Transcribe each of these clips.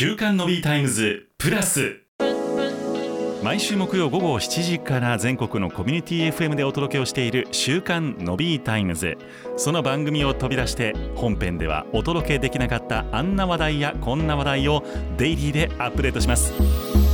週刊の B タイムズプラス、毎週木曜午後7時から全国のコミュニティ FM でお届けをしている週刊の B タイムズ。その番組を飛び出して本編ではお届けできなかったあんな話題やこんな話題をデイリーでアップデートします。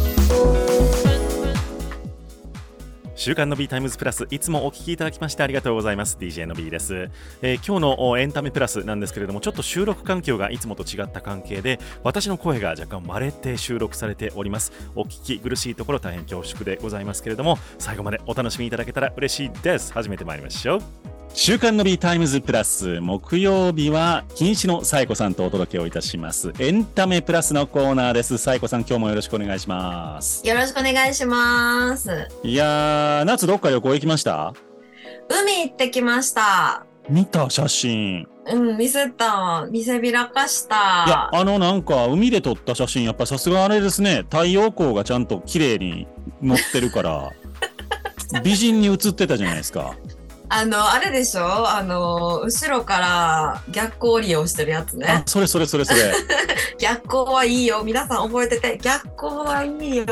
週刊の B タイムズプラス、いつもお聞きいただきましてありがとうございます。 DJ の B です。今日のエンタメプラスなんですけれども、ちょっと収録環境がいつもと違った関係で私の声が若干割れて収録されております。お聞き苦しいところ大変恐縮でございますけれども、最後までお楽しみいただけたら嬉しいです。始めてまいりましょう。週刊の B タイムズプラス、木曜日は金子のサイコさんとお届けをいたしますエンタメプラスのコーナーです。サイコさん、今日もよろしくお願いします。 よろしくお願いします。 いやー、夏どっか旅行行きました？ 海行ってきました。 見た写真。 見せびらかした。 いや、なんか海で撮った写真、やっぱさすがあれですね、太陽光がちゃんと綺麗に乗ってるから美人に映ってたじゃないですか。 あれでしょ、後ろから逆光を利用してるやつね。 あ、それ逆光はいいよ、皆さん覚えてて。逆光はいいよ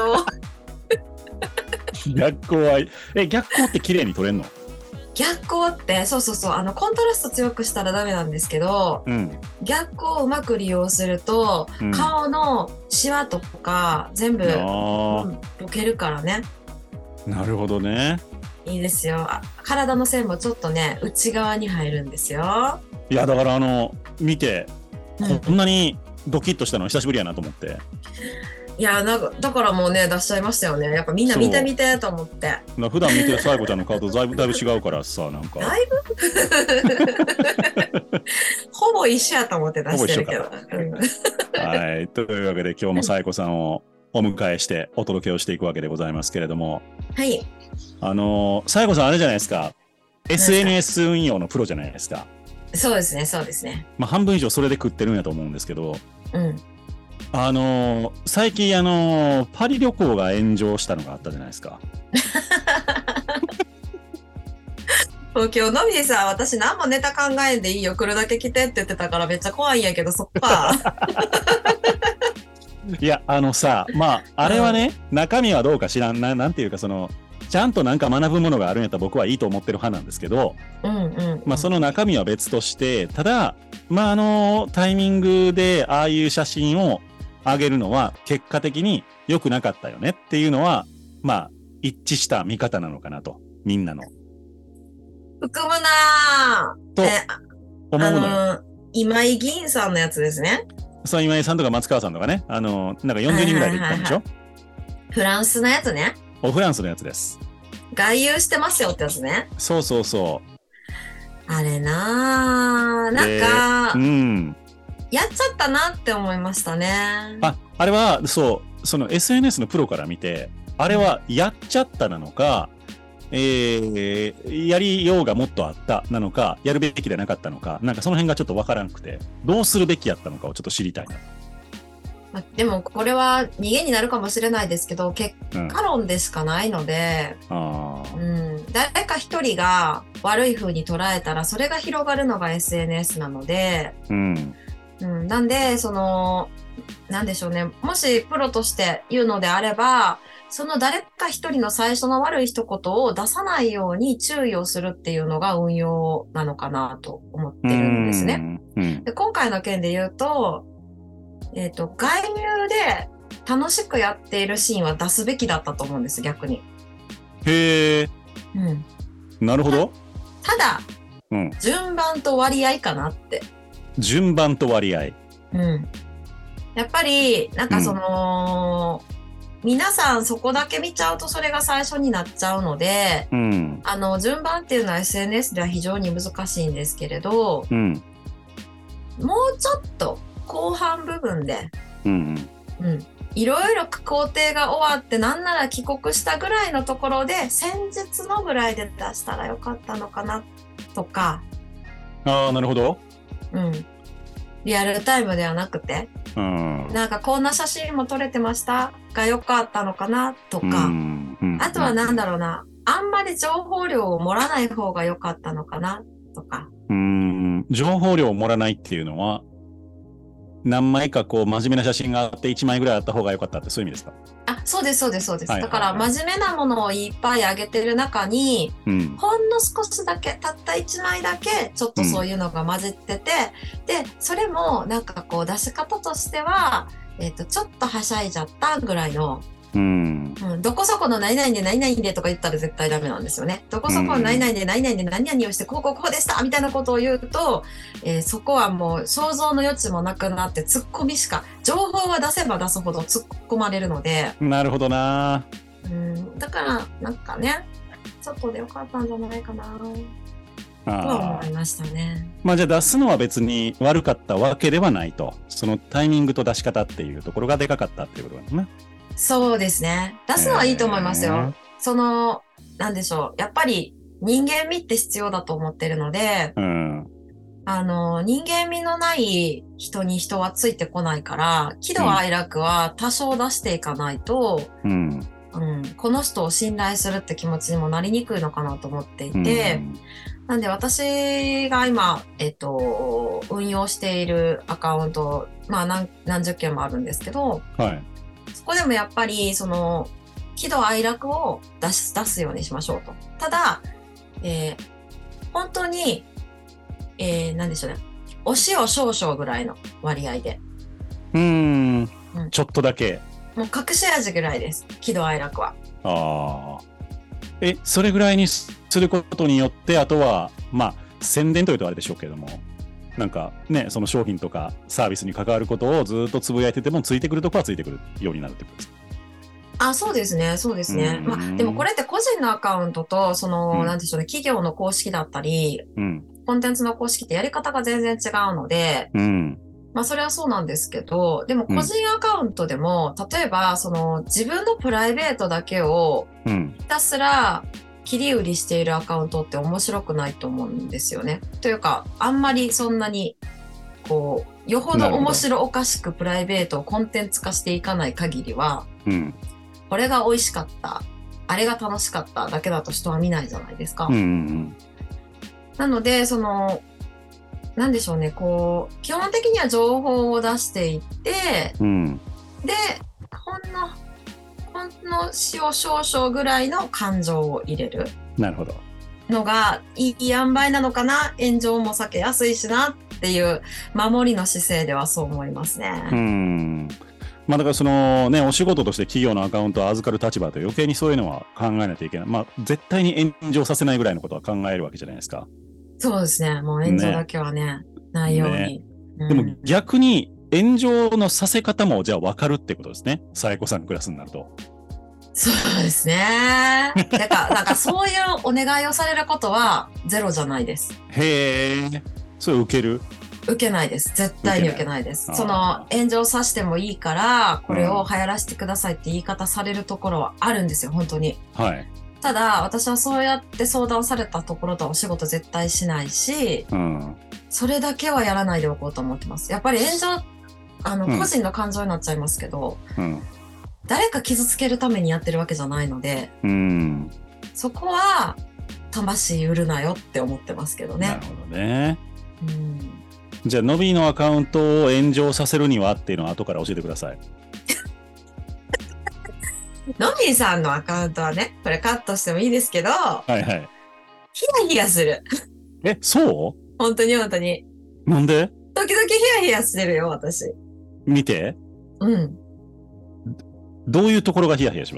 逆光はいい。逆光って綺麗に撮れんの？ 逆光ってそうコントラスト強くしたらダメなんですけど、逆光をうまく利用すると、顔のシワとか全部ボケるからね。 なるほどね。 いいですよ。体の線もちょっとね、内側に入るんですよ。 いや、だから見て、こんなにドキッとしたのは久しぶりやなと思って。 いや、だからもうね、出しちゃいましたよね。やっぱみんな見てみてと思って。 普段見てるサイコちゃんの顔とだいぶ違うからさ、なんか。 だいぶほぼ一緒やと思って出してるけど。 はい。というわけで今日もサイコさんをお迎えしてお届けをしていくわけでございますけれども。 はい。 サイコさんあれじゃないですか。SNS 運用のプロじゃないですか。 そうですね。 半分以上それで食ってるんやと思うんですけど。最近パリ旅行が炎上したのがあったじゃないですか。 今日のみでさ、私何もネタ考えんでいいよ、来るだけ来てって言ってたからめっちゃ怖いんやけど、そっか。 いや、あれはね、中身はどうか知らんなんていうか、ちゃんとなんか学ぶものがあるんやったら僕はいいと思ってる派なんですけど、その中身は別として、ただ、タイミングでああいう写真を上げるのは結果的に良くなかったよねっていうのは、一致した見方なのかなと、みんなの。 含むなと思うのよ。 今井議員さんのやつですね。 そう、今井さんとか松川さんとかね、なんか40人ぐらいで行ったんでしょ？ フランスのやつね。 フランスのやつです。 外遊してますよってやつね。 そう。 あれなんか、やっちゃったなって思いましたね。 あれは、その SNS のプロから見て、あれはやっちゃったなのか、やりようがもっとあったなのか、やるべきでなかったのか、なんかその辺がちょっとわからなくて、どうするべきやったのかをちょっと知りたいな。 でもこれは逃げになるかもしれないですけど、結果論でしかないので、誰か一人が悪い風に捉えたらそれが広がるのが SNS なので、なんでなんでしょうね、もしプロとして言うのであれば、その誰か一人の最初の悪い一言を出さないように注意をするっていうのが運用なのかなと思ってるんですね。で、今回の件で言うと、外遊で楽しくやっているシーンは出すべきだったと思うんです、逆に。 へー。なるほど。 ただ、順番と割合かなって。 順番と割合。 やっぱり、なんか皆さんそこだけ見ちゃうとそれが最初になっちゃうので、順番っていうのは SNS では非常に難しいんですけれど、もうちょっと後半部分で、いろいろ工程が終わってなんなら帰国したぐらいのところで先日のぐらいで出したらよかったのかなとか。 なるほど。 リアルタイムではなくて、なんかこんな写真も撮れてましたがよかったのかなとか、あとはなんだろうな、あんまり情報量を盛らない方がよかったのかなとか。 情報量を盛らないっていうのは何枚かこう真面目な写真があって1枚ぐらいあった方が良かったってそういう意味ですか？ そうです、そうです、そうです。 はいはいはい。 だから真面目なものをいっぱいあげてる中に、 うん。 ほんの少しだけ、たった1枚だけ、ちょっとそういうのが混じってて、で、それもなんかこう出し方としては、ちょっとはしゃいじゃったぐらいの、 うん。 どこそこの何々で何々でとか言ったら絶対ダメなんですよね。どこうそこの何々 ん。 で何々で何々をして、こうでしたみたいなことを言うと、そこはもう想像の余地もなくなって、突っ込みしか、情報は出せば出すほど突っ込まれるので、 なるほどな。 だから、なんかね、ちょっとでよかったんじゃないかな、とは思いましたね。 まあじゃあ出すのは別に悪かったわけではないと。そのタイミングと出し方っていうところがでかかったっていうことですね。 そうですね。出すのはいいと思いますよ。なんでしょう。やっぱり人間味って必要だと思ってるので、 うん。 人間味のない人に人はついてこないから、喜怒哀楽は多少出していかないと、 うん。 この人を信頼するって気持ちにもなりにくいのかなと思っていて、なんで私が今、運用しているアカウント、まあ何十件もあるんですけど、 はい。 そこでもやっぱり、喜怒哀楽を出すようにしましょうと。ただ、本当に、なんでしょうね。お塩少々ぐらいの割合で。 ちょっとだけ。 もう隠し味ぐらいです。喜怒哀楽は。 ああ。それぐらいにすることによって、あとは、まあ、宣伝というとあれでしょうけども、なんかね、その商品とかサービスに関わることをずっとつぶやいてても、ついてくるとこはついてくるようになるってことですか？ そうですね、そうですね。まあ、でもこれって個人のアカウントと、なんでしょうね、企業の公式だったり、コンテンツの公式ってやり方が全然違うので、まあ、それはそうなんですけど、でも個人アカウントでも、例えば、自分のプライベートだけを、ひたすら切り売りしているアカウントって面白くないと思うんですよね。というか、あんまりそんなに、よほど面白おかしくプライベートをコンテンツ化していかない限りは、これが美味しかった、あれが楽しかっただけだと人は見ないじゃないですか。なので、なんでしょうね、基本的には情報を出していって、で、ほんの塩少々ぐらいの感情を入れる。 なるほど。 のがいい塩梅なのかな、炎上も避けやすいしなっていう守りの姿勢ではそう思いますね。 まあだからお仕事として企業のアカウントを預かる立場と余計にそういうのは考えないといけない。まあ絶対に炎上させないぐらいのことは考えるわけじゃないですか。 そうですね。もう炎上だけはね、ないように。 でも逆に炎上のさせ方もじゃあ分かるってことですね。サエコさんのクラスになると。 そうですね。なんかそういうお願いをされることはゼロじゃないです。 へえ。それ受ける？ 受けないです。絶対に受けないです。炎上させてもいいから、これを流行らせてくださいって言い方されるところはあるんですよ、本当に。 はい。 ただ、私はそうやって相談されたところとはお仕事絶対しないし、それだけはやらないでおこうと思ってます。やっぱり炎上、個人の感情になっちゃいますけど、誰か傷つけるためにやってるわけじゃないので、そこは魂売るなよって思ってますけどね。 なるほどね。じゃあノビーのアカウントを炎上させるにはっていうのは後から教えてください。 ノビーさんのアカウントはね、これカットしてもいいですけど、 はいはい。 ヒヤヒヤする。 そう？ 本当に本当に。 なんで？ 時々ヒヤヒヤしてるよ、私。 見て。どういうところがヒヤヒヤします？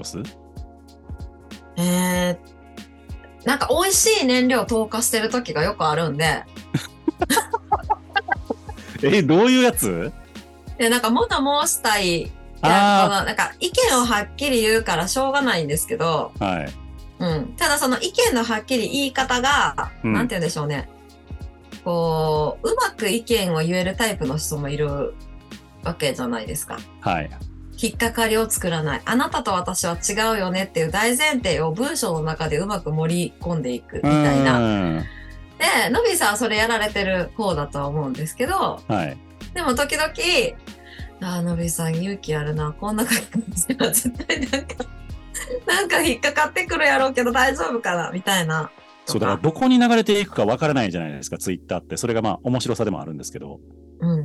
なんか美味しい燃料投下してる時がよくあるんで。 どういうやつ？ なんか物申したい。なんか意見をはっきり言うからしょうがないんですけど、 はい。 ただその意見のはっきり言い方が、なんて言うんでしょうね。うまく意見を言えるタイプの人もいるわけじゃないですか。 はい。 引っかかりを作らない。あなたと私は違うよねっていう大前提を文章の中でうまく盛り込んでいくみたいな。で、のびさんはそれやられてる方だとは思うんですけど、でも時々、のびさん勇気あるな、こんな感じは絶対なんか引っかかってくるやろうけど大丈夫かなみたいな。 そうだからどこに流れていくかわからないじゃないですか、ツイッターって。それがまあ面白さでもあるんですけど。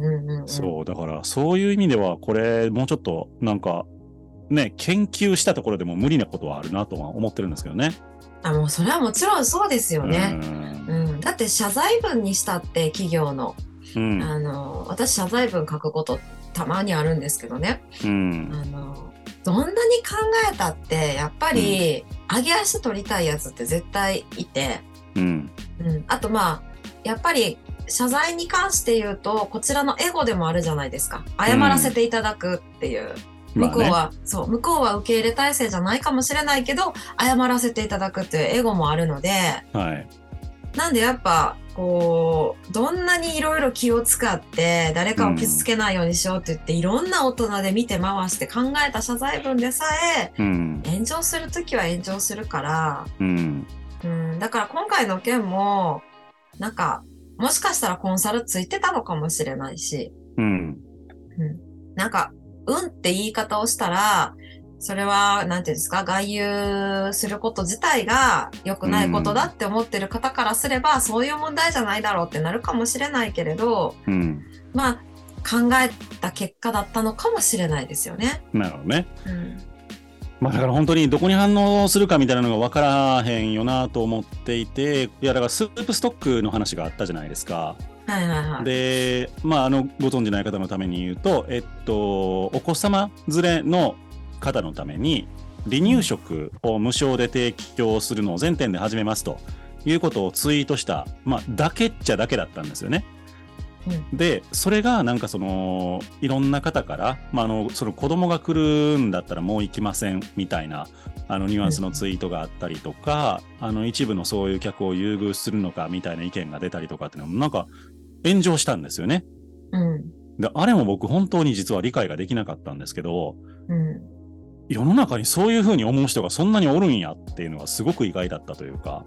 そうだからそういう意味ではこれもうちょっとなんかね研究したところでも無理なことはあるなとは思ってるんですけどね。 もうそれはもちろんそうですよね。だって謝罪文にしたって企業の、私謝罪文書くことたまにあるんですけどね。どんなに考えたってやっぱり上げ足取りたいやつって絶対いて、あとやっぱり謝罪に関して言うとこちらのエゴでもあるじゃないですか。謝らせていただくっていう。向こうは受け入れ体制じゃないかもしれないけど謝らせていただくっていうエゴもあるので、なんでやっぱこうどんなにいろいろ気を使って誰かを傷つけないようにしようって言って、いろんな大人で見て回して考えた謝罪文でさえ、炎上するときは炎上するから、だから今回の件もなんかもしかしたらコンサルついてたのかもしれないし、なんかって言い方をしたら、それは、なんていうんですか、外遊すること自体が良くないことだって思ってる方からすれば、そういう問題じゃないだろうってなるかもしれないけれど、考えた結果だったのかもしれないですよね。 なるほどね。だから本当にどこに反応するかみたいなのが分からへんよなと思っていて、いやだからスープストックの話があったじゃないですか。で、ご存じない方のために言うと、お子様連れの方のために離乳食を無償で提供するのを全店で始めますということをツイートした、だけっちゃだけだったんですよね。で、それがなんかいろんな方から、その子供が来るんだったらもう行きませんみたいなニュアンスのツイートがあったりとか、一部のそういう客を優遇するのかみたいな意見が出たりとかっていうのもなんか炎上したんですよね。で、あれも僕本当に実は理解ができなかったんですけど、世の中にそういうふうに思う人がそんなにおるんやっていうのがすごく意外だったというか。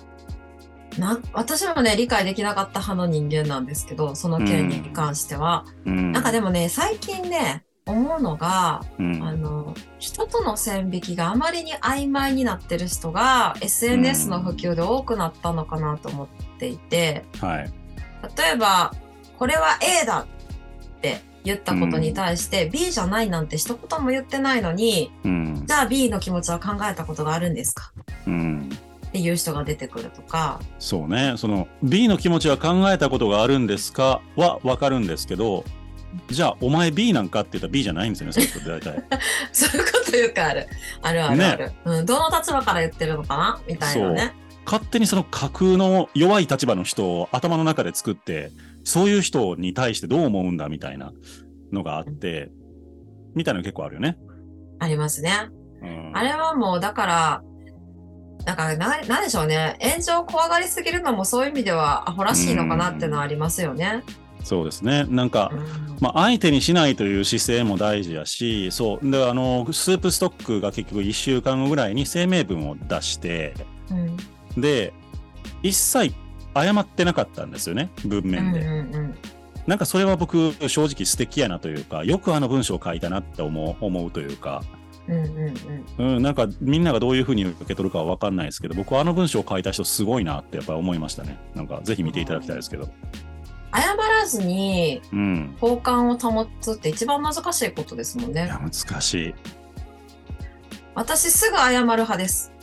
私もね理解できなかった派の人間なんですけど、その件に関しては、なんかでもね最近ね思うのが、人との線引きがあまりに曖昧になってる人が SNS の普及で多くなったのかなと思っていて、例えばこれは A だって言ったことに対して、B じゃないなんて一言も言ってないのに、じゃあ B の気持ちは考えたことがあるんですか、っていう人が出てくるとか。 そうね、その B の気持ちは考えたことがあるんですかは分かるんですけど、じゃあお前 B なんかって言ったら B じゃないんですよね、そういうこと大体そういうことよくあるある、どの立場から言ってるのかなみたいなね。 勝手にその架空の弱い立場の人を頭の中で作って、そういう人に対してどう思うんだみたいなのがあって、みたいなの結構あるよね。 ありますね。あれはもうだからなんでしょうね、炎上を怖がりすぎるのもそういう意味ではアホらしいのかなっていうのはありますよね。 そうですね。なんか、相手にしないという姿勢も大事やし、そうでスープストックが結局1週間後ぐらいに声明文を出して、で一切謝ってなかったんですよね、文面で。なんかそれは僕正直素敵やなというか、よく文章を書いたなって思うというか。なんかみんながどういう風に受け取るかは分かんないですけど、僕は文章を書いた人すごいなってやっぱり思いましたね。なんかぜひ見ていただきたいですけど、 謝らずに好感を保つって一番難しいことですもんね。 いや難しい。 私すぐ謝る派です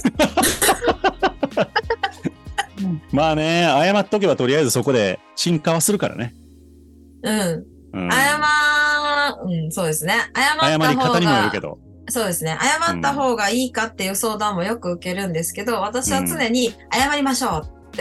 謝っとけばとりあえずそこで沈下はするからね。 そうですね。謝り方にもよるけど。 そうですね。謝った方がいいかっていう相談もよく受けるんですけど、私は常に謝りましょうって。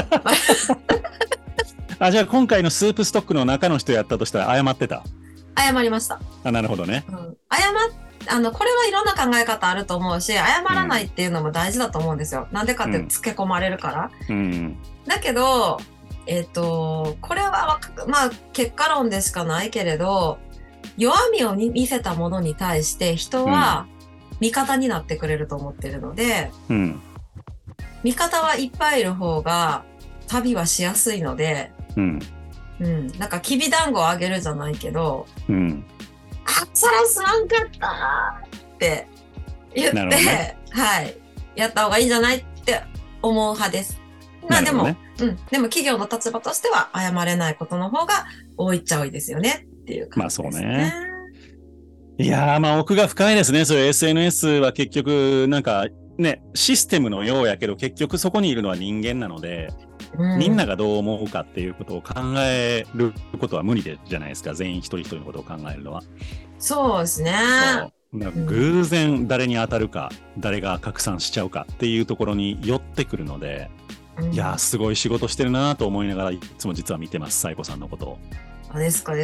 じゃあ今回のスープストックの中の人やったとしたら謝ってた？ 謝りました。 なるほどね。 これはいろんな考え方あると思うし、謝らないっていうのも大事だと思うんですよ。なんでかってつけ込まれるから。だけど、これは結果論でしかないけれど、弱みを見せたものに対して人は味方になってくれると思ってるので、味方はいっぱいいる方が旅はしやすいので、なんかきびだんごをあげるじゃないけど、そらすまんかったって言って、やった方がいいんじゃないって思う派です。でも企業の立場としては謝れないことの方が多いっちゃ多いですよねっていう感じですね。 まあそうね。いやー、まあ奥が深いですね。そういう SNS は結局、なんかね、システムのようやけど、結局そこにいるのは人間なので、みんながどう思うかっていうことを考えることは無理じゃないですか。全員一人一人のことを考えるのは。 そうですね。 なんか偶然誰に当たるか、誰が拡散しちゃうかっていうところに寄ってくるので、いやー、すごい仕事してるなと思いながらいつも実は見てます、サイコさんのことを。 ですか。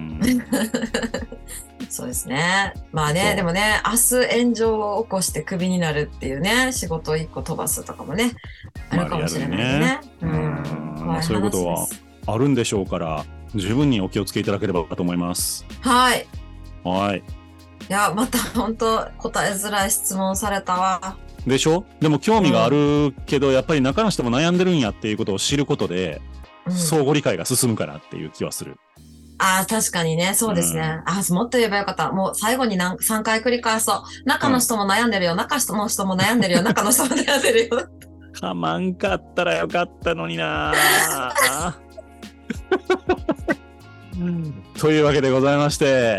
そうですね。まあね、でもね、明日炎上を起こしてクビになるっていうね、仕事1個飛ばすとかもね、あるかもしれないね。 そういうことはあるんでしょうから、十分にお気をつけいただければと思います。 はい。 いや、また本当答えづらい質問されたわ。 でしょ？でも興味があるけど、やっぱり中の人も悩んでるんやっていうことを知ることで、相互理解が進むかなっていう気はする。 確かにね、そうですね。もっと言えばよかった。もう最後に3回繰り返そう。中の人も悩んでるよ。中の人も悩んでるよ。中の人も悩んでるよ。 かまんかったらよかったのになというわけでございまして、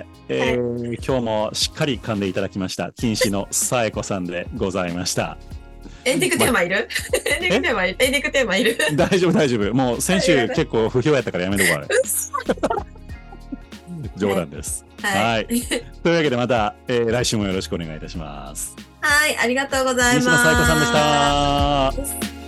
今日もしっかり噛んでいただきました金糸のさえこさんでございました。 エンディングテーマいる？エンディングテーマいる？ 大丈夫。もう先週結構不評やったからやめとこう。冗談です。はい。というわけでまた、来週もよろしくお願いいたします。 はい、ありがとうございます。 金糸のさえこさんでした。